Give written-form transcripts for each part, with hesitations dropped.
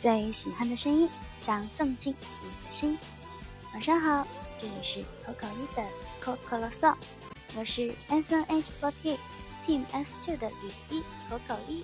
最喜欢的声音，想送进你的心。晚上好，这里是口口一的口口啰嗦，我是 SNH48 Team S2 的雨一口口一。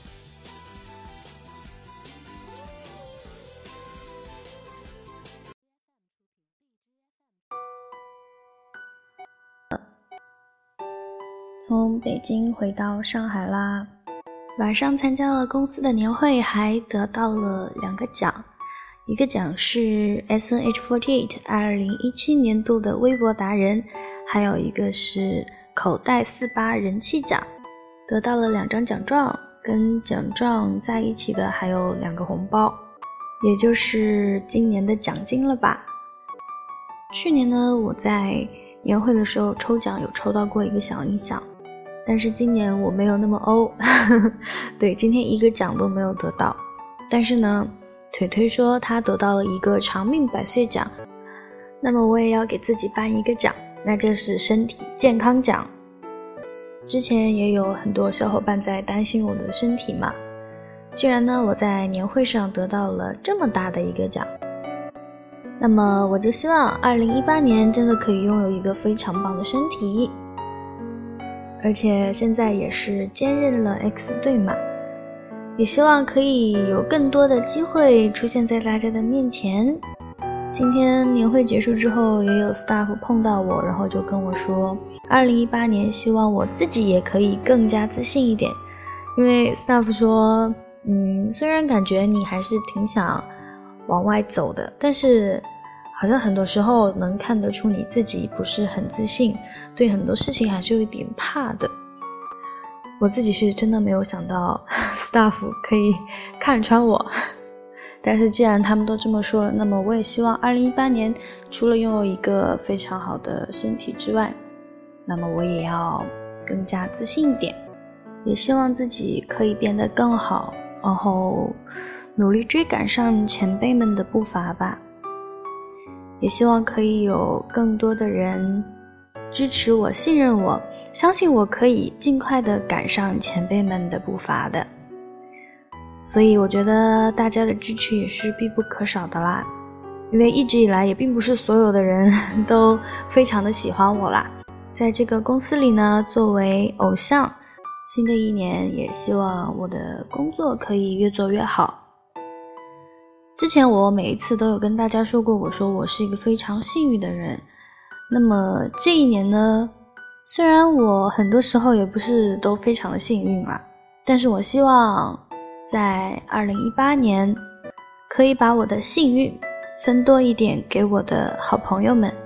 从北京回到上海啦，晚上参加了公司的年会，还得到了2个奖，一个奖是 SNH48 2017年度的微博达人，还有一个是口袋48人气奖，得到了2张奖状，跟奖状在一起的还有2个红包，也就是今年的奖金了吧。去年呢，我在年会的时候抽奖有抽到过一个小音响，但是今年我没有那么欧对，今天1个奖都没有得到。但是呢，腿腿说他得到了一个长命百岁奖，那么我也要给自己颁一个奖，那就是身体健康奖。之前也有很多小伙伴在担心我的身体嘛，既然呢我在年会上得到了这么大的一个奖，那么我就希望2018年真的可以拥有一个非常棒的身体，而且现在也是兼任了 X 队嘛，也希望可以有更多的机会出现在大家的面前。今天年会结束之后，也有 staff 碰到我，然后就跟我说2018年希望我自己也可以更加自信一点，因为 staff 说虽然感觉你还是挺想往外走的，但是好像很多时候能看得出你自己不是很自信，对很多事情还是有一点怕的。我自己是真的没有想到 staff 可以看穿我，但是既然他们都这么说了，那么我也希望2018年除了拥有一个非常好的身体之外，那么我也要更加自信一点，也希望自己可以变得更好，然后努力追赶上前辈们的步伐吧。也希望可以有更多的人支持我、信任我，相信我可以尽快的赶上前辈们的步伐的。所以我觉得大家的支持也是必不可少的啦，因为一直以来也并不是所有的人都非常的喜欢我啦。在这个公司里呢，作为偶像，新的一年也希望我的工作可以越做越好。之前我每一次都有跟大家说过，我说我是一个非常幸运的人。那么这一年呢，虽然我很多时候也不是都非常的幸运啦，但是我希望在2018年可以把我的幸运分多一点给我的好朋友们。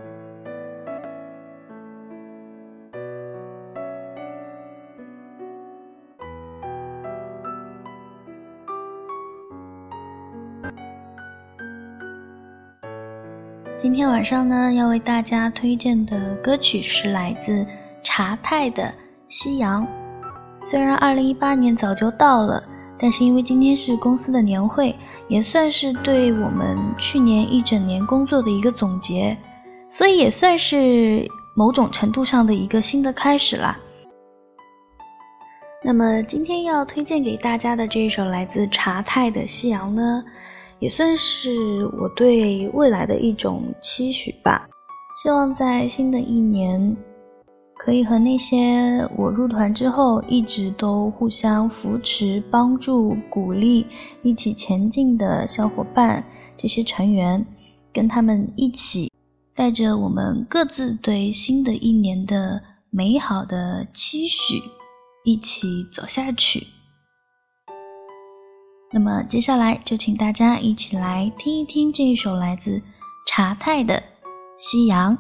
今天晚上呢，要为大家推荐的歌曲是来自查泰的《夕阳》。虽然2018年早就到了，但是因为今天是公司的年会，也算是对我们去年一整年工作的一个总结，所以也算是某种程度上的一个新的开始啦。那么今天要推荐给大家的这一首来自查泰的《夕阳》呢，也算是我对未来的一种期许吧。希望在新的一年可以和那些我入团之后一直都互相扶持、帮助、鼓励、一起前进的小伙伴，这些成员，跟他们一起带着我们各自对新的一年的美好的期许一起走下去。那么接下来就请大家一起来听一听这一首来自查泰的《夕陽》。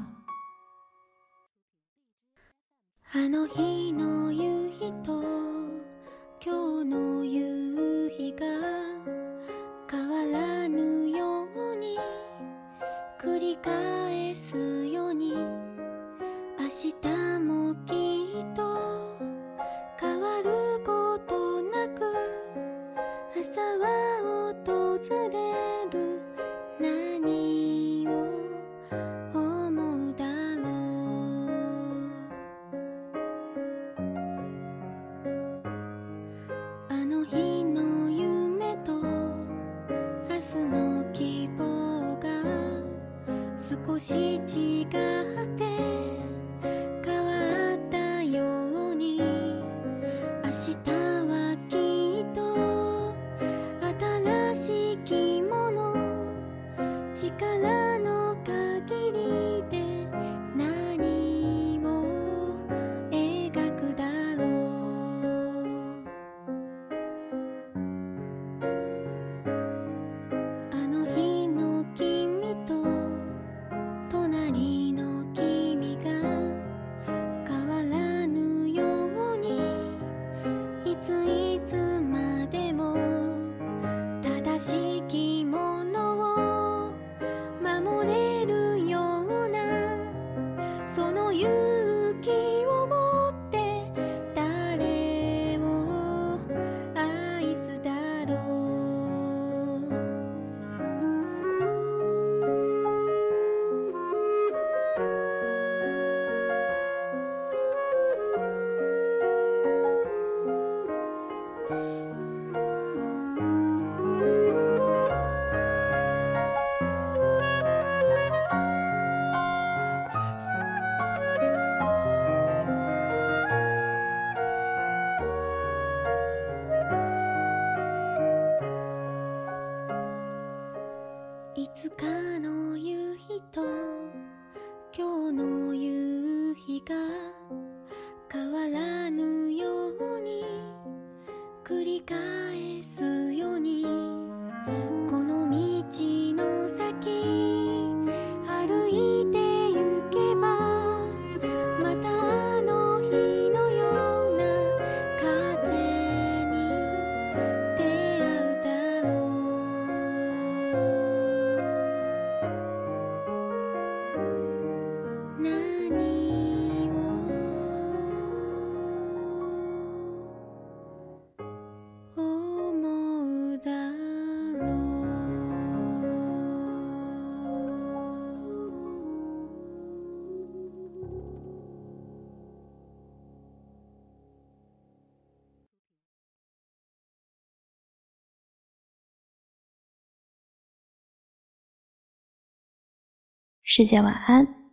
あの日の夕日と今日の夕日が変わらぬように繰り返すように明日もきっと変わることなく朝は訪れる何を思うだろうあの日の夢と明日少し違って変わったように明日はきっと新しい着物力の限りで何を描くだろうあの日の君と隣の君が変わらぬようにいついつまでも正しきものを守れるようなその勇気を持って誰を愛すだろういつかの夕日と今日の夕日が変わらぬように繰り返すようにこの道の先歩いて行けばまたあの日のような風に出会うだろう何を思うだろう世界晚安。